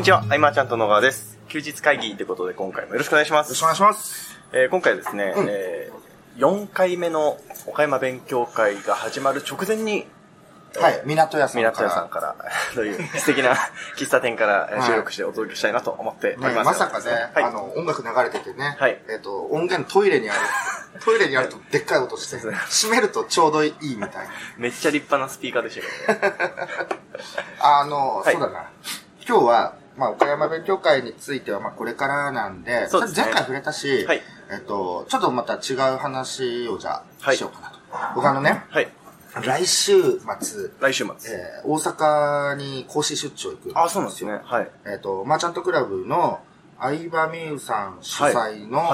ちは、アイマーちゃんと野川です。休日会議ということで今回もよろしくお願いします。 よろしくお願いします。 今回はですね、4回目の岡山勉強会が始まる直前に、 はい、港屋さんからという素敵な喫茶店から収録してお届けしたいなと思っております。 まさかね、はい、音楽流れててね、 はい、 音源トイレにあるとでっかい音して、閉めるとちょうどいいみたいな。 めっちゃ立派なスピーカーでしたけどね。 そうだな。今日は、岡山勉強会については、これからなんで、前回触れたし、はい、ちょっとまた違う話をじゃあ、しようかなと。僕はい、来週末、大阪に講師出張行くんですよ。 あ、そうなんですね。はい。 マーチャントクラブの相葉美優さん主催の、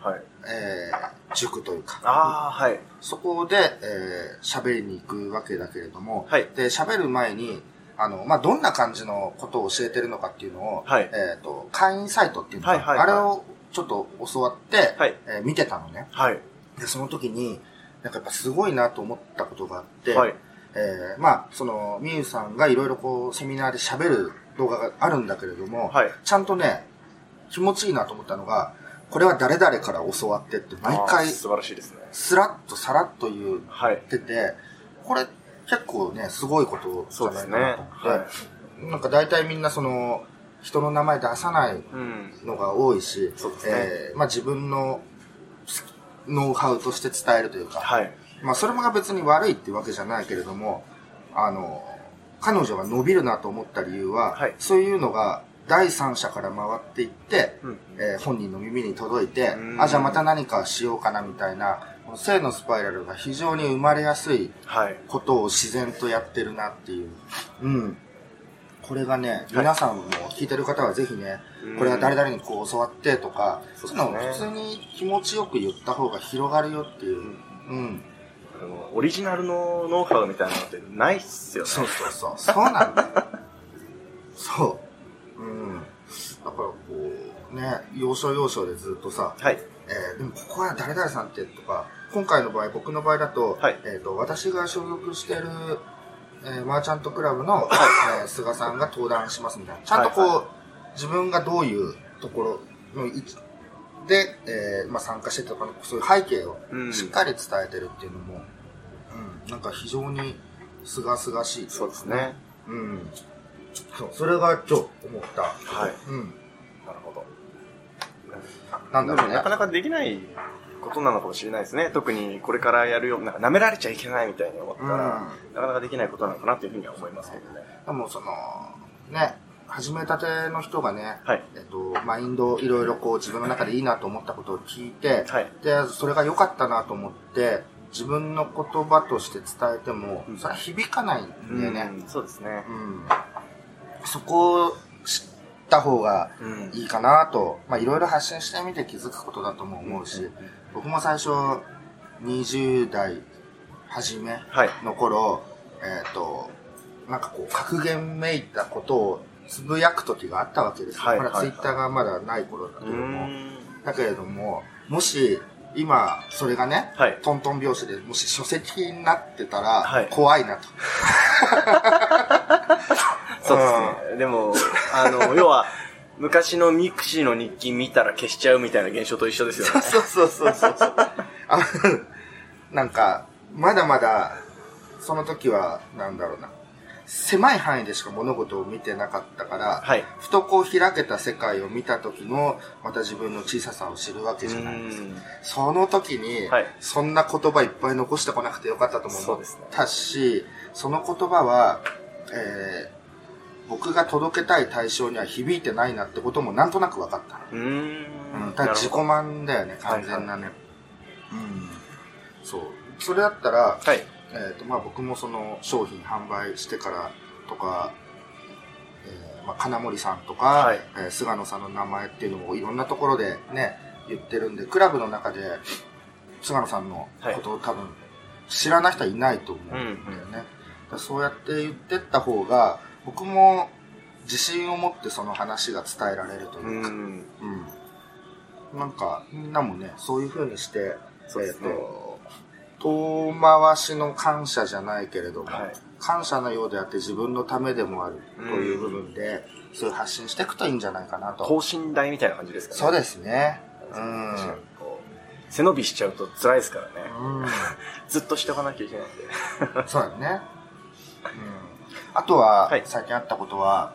塾というか、 はい。 そこで、喋りに行くわけだけれども、 はい。 で、喋る前に、どんな感じのことを教えてるのかっていうのを、 はい。 会員サイトっていうのか、あれをちょっと教わって、はい。見てたのね。 はい。 で、その時に、なんかやっぱすごいなと思ったことがあって、 はい。 みゆさんがいろいろこう、セミナーで喋る動画があるんだけれども、はい。ちゃんとね、気持ちいいなと思ったのが、これは誰々から教わってって毎回、 素晴らしいですね。 スラッとさらっと言ってて、はい、これ結構ね、すごいことじゃないかなと思って、はい、なんか大体みんなその、人の名前出さないのが多いし、自分のノウハウとして伝えるというか、はい、それも別に悪いっていうわけじゃないけれども、彼女が伸びるなと思った理由は、はい、そういうのが第三者から回っていって、本人の耳に届いて、じゃあまた何かしようかなみたいな、正のスパイラルが非常に生まれやすいことを自然とやってるなっていう。これがね、皆さんも聞いてる方はぜひね、これは誰々にこう教わってとか、そういうのを普通に気持ちよく言った方が広がるよっていう。 オリジナルのノウハウみたいなのってないっすよね。 そうなんだよ。そう。だからこう、ね、要所要所でずっとさ、はい。でもここは誰々さんってとか、今回の場合、僕の場合だと、はい、私が所属している、マーチャントクラブの、菅さんが登壇しますみたいな。ちゃんとこう、自分がどういうところの位置で、参加してとかの、そういう背景をしっかり伝えてるっていうのも、なんか非常に清々しい。 そうですね。 そう、それが今日思った。 はい。なるほど。 なんだろうね。 なかなかできないことなのかもしれないですね。特にこれからやるような、舐められちゃいけないみたいに思ったら、なかなかできないことなのかなというふうには思いますけどね。 でも始めたての人がね、はい、マインドいろいろこう自分の中でいいなと思ったことを聞いて、はい、で、それが良かったなと思って、自分の言葉として伝えても、それは響かないんだよね。 そうですね。 そこを知った方がいいかなと、いろいろ発信してみて気づくことだとも思うし、僕も最初、20代初めの頃、なんかこう、格言めいたことをつぶやく時があったわけですよ。まだツイッターがまだない頃だけども。だけれども、もし、今、それがね、トントン拍子で、もし書籍になってたら、怖いなと。 そうですね。でも、要は、昔のミクシーの日記見たら消しちゃうみたいな現象と一緒ですよね。 そう。なんか、まだまだ、その時は、なんだろうな。狭い範囲でしか物事を見てなかったから、ふとこう開けた世界を見た時の、また自分の小ささを知るわけじゃないですか。その時に、そんな言葉いっぱい残してこなくてよかったと思ったし、その言葉は、僕が届けたい対象には響いてないなってこともなんとなく分かった。ただ自己満だよね、完全なね。そう。それだったら、僕もその商品販売してからとか、金森さんとか、菅野さんの名前っていうのをいろんなところでね、言ってるんで、クラブの中で菅野さんのことを多分知らない人はいないと思うんだよね。そうやって言ってった方が、僕も自信を持ってその話が伝えられるというか、なんかみんなもね、そういう風にして、遠回しの感謝じゃないけれども、感謝のようであって自分のためでもあるという部分で、 そういう発信していくといいんじゃないかなと。 等身大みたいな感じですかね。 そうですね。 背伸びしちゃうと辛いですからね。ずっとしておかなきゃいけないんで。 そうだね。あとは、最近あったことは、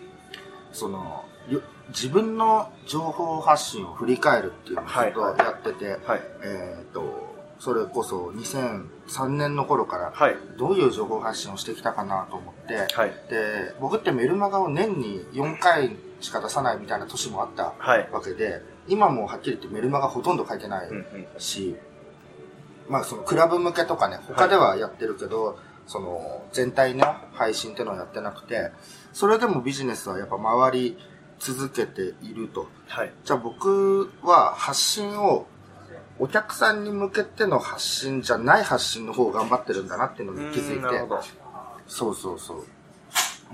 自分の情報発信を振り返るっていうのをずっとやってて、それこそ2003年の頃からどういう情報発信をしてきたかなと思って、で僕ってメルマガを年に4回しか出さないみたいな年もあったわけで、今もはっきり言ってメルマガほとんど書いてないし、まあそのクラブ向けとかね、他ではやってるけど、その全体の配信っていうのはやってなくて、それでもビジネスはやっぱ回り続けていると。じゃあ僕は発信をお客さんに向けての発信じゃない発信の方を頑張ってるんだなっていうのに気づいて。そうそうそう。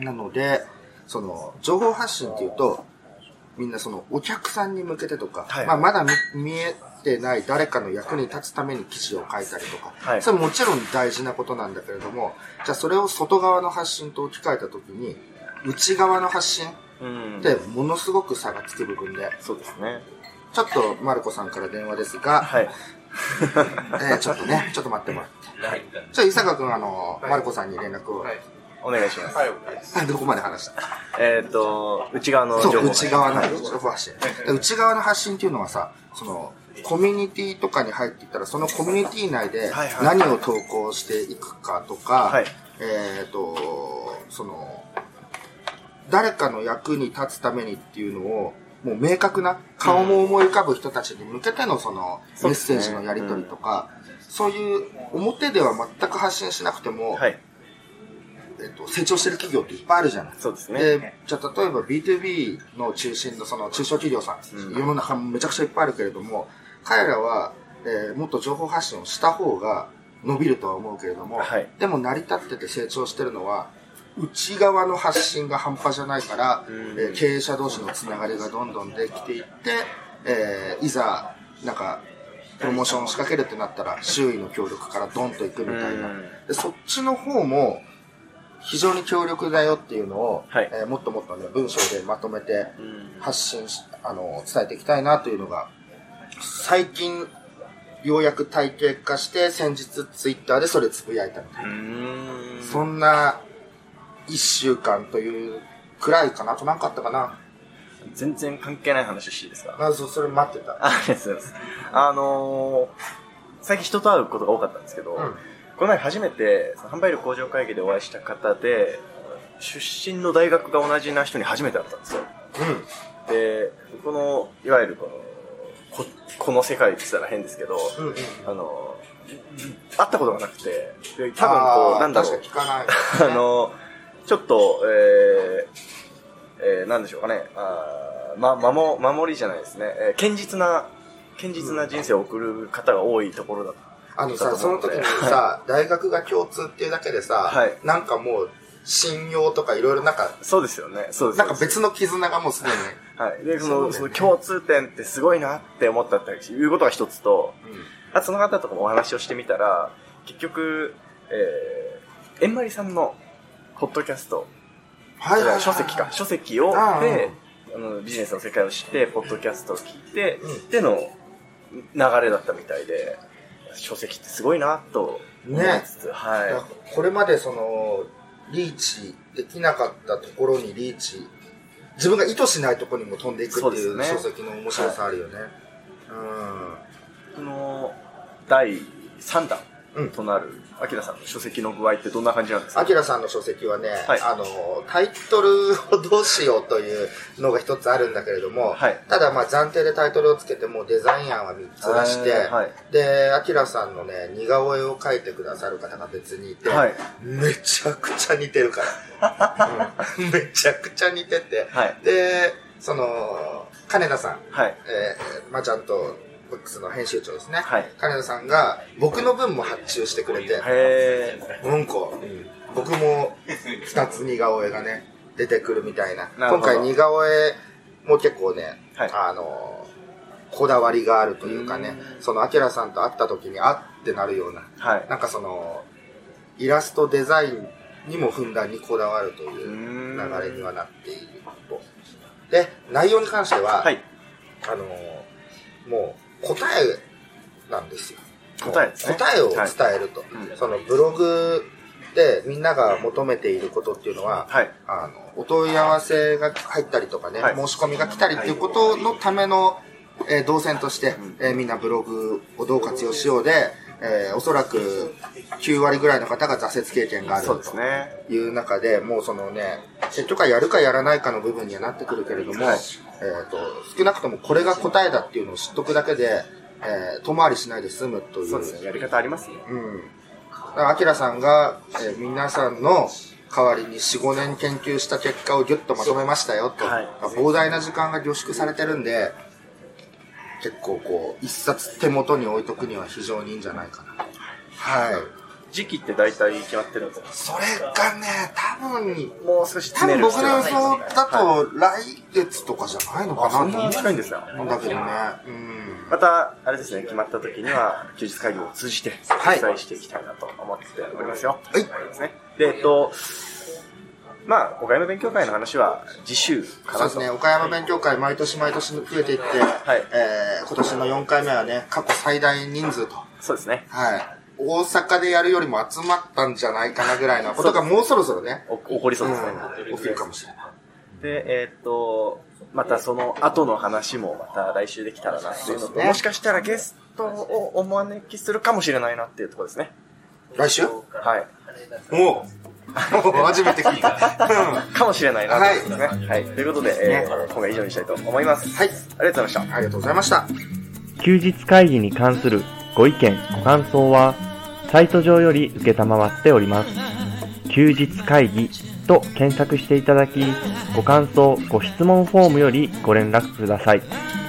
なので、その情報発信っていうと、みんなそのお客さんに向けてとか、まあまだ見えてない誰かの役に立つために記事を書いたりとか、それもちろん大事なことなんだけれども、じゃあそれを外側の発信と置き換えたときに、内側の発信ってものすごく差がつく部分で、 そうですね。 ちょっとマルコさんから電話ですが、ちょっと待ってもらって。伊坂くんマルコさんに連絡を。 お願いします。 どこまで話した？ 内側の情報。 そう、内側の情報発信。内側の発信っていうのはさ、その、コミュニティとかに入っていったら、そのコミュニティ内で何を投稿していくかとか、その、誰かの役に立つためにっていうのを、もう明確な顔も思い浮かぶ人たちに向けてのそのメッセージのやり取りとか、そういう表では全く発信しなくても、成長してる企業っていっぱいあるじゃない。 そうですね。 で、じゃあ例えば B2B の中心のその中小企業さん、世の中めちゃくちゃいっぱいあるけれども、彼らは、もっと情報発信をした方が伸びるとは思うけれども、でも成り立ってて成長してるのは、内側の発信が半端じゃないから、経営者同士のつながりがどんどんできていって、いざ、なんか、プロモーションを仕掛けるってなったら、周囲の協力からドンといくみたいな。でそっちの方も、非常に強力だよっていうのを、もっともっとね、文章でまとめて発信し、伝えていきたいなというのが、最近、ようやく体系化して、先日ツイッターでそれつぶやいたみたいな。そんな、1週間というくらいかなとなんかあったかな。 全然関係ない話していいですか？ それ待ってた。 ありがとうございます。最近人と会うことが多かったんですけど、この前初めて販売力向上会議でお会いした方で、出身の大学が同じな人に初めて会ったんですよ。で、この、いわゆるこの世界って言ったら変ですけど、会ったことがなくて、多分なんだろう。 確か聞かない、 ちょっと、なんでしょうかね。守りじゃないですね。堅実な人生を送る方が多いところださ、その時にさ、大学が共通っていうだけでさ、なんかもう、信用とかいろいろなんか、 そうですよね。そうです。 なんか別の絆がもうすでに。 で、その共通点ってすごいなって思ったっていうことが一つと、その方とかもお話をしてみたら、結局、えんまりさんのポッドキャスト、書籍をで、ビジネスの世界を知って、ポッドキャストを聞いて、での流れだったみたいで、書籍ってすごいなと思いつつ、 これまでその、リーチできなかったところにリーチ、自分が意図しないところにも飛んでいくっていう書籍の面白さあるよね。 この第3弾となるアキラさんの書籍の具合ってどんな感じなんですか？ アキラさんの書籍はね、タイトルをどうしようというのが一つあるんだけれども、ただまあ暫定でタイトルをつけてもデザイン案は3つ出して、で、アキラさんのね、似顔絵を描いてくださる方が別にいて、めちゃくちゃ似てるから。めちゃくちゃ似てて、で、その、金田さん、まあちゃんと、ブックスの編集長ですね。金田さんが僕の分も発注してくれて、なんか、僕も2つ似顔絵がね、出てくるみたいな。今回似顔絵も結構ね、こだわりがあるというかね、そのアキラさんと会った時にあってなるような、なんかその、イラストデザインにもふんだんにこだわるという流れにはなっていると。で、内容に関しては、はい、もう答えなんですよ。 答えですね。 答えを伝えると。はい、そのブログでみんなが求めていることっていうのは、はい、お問い合わせが入ったりとかね、はい、申し込みが来たりっていうことのための、動線として、みんなブログをどう活用しようで、おそらく9割ぐらいの方が挫折経験があるという中で、もうそのね、結局はやるかやらないかの部分にはなってくるけれども、はい、少なくともこれが答えだっていうのを知っとくだけで、遠回りしないで済むという。 そうですね、やり方ありますね。 うん。アキラさんが、皆さんの代わりに 4,5 年研究した結果をギュッとまとめましたよと、はい、膨大な時間が凝縮されてるんで、結構こう一冊手元に置いとくには非常にいいんじゃないかな。はい。 時期って大体決まってるんですか？ それがね、多分もう少し多分僕の予想だと来月とかじゃないのかな。 そんな近いんですよ。 だけどね。 またあれですね、決まった時には休日会議を通じてお伝えしていきたいなと思っておりますよ。 はい。 ですね。でまあ岡山勉強会の話は次週かなと。 そうですね。岡山勉強会毎年増えていって、はい、今年の4回目はね、過去最大人数と。 そうですね。 はい。大阪でやるよりも集まったんじゃないかなぐらいのことがもうそろそろね。 起こりそうですね。 起きるかもしれない。 で、またその後の話もまた来週できたらなっていうのと、もしかしたらゲストをお招きするかもしれないなっていうところですね。 来週？ はい。 もう初めて聞いた。 かもしれないなということですね。はい。ということで、今回以上にしたいと思います。 はい。 ありがとうございました。 ありがとうございました。 休日会議に関するご意見、ご感想は、サイト上より受けたまわっております。休日会議と検索していただき、ご感想、ご質問フォームよりご連絡ください。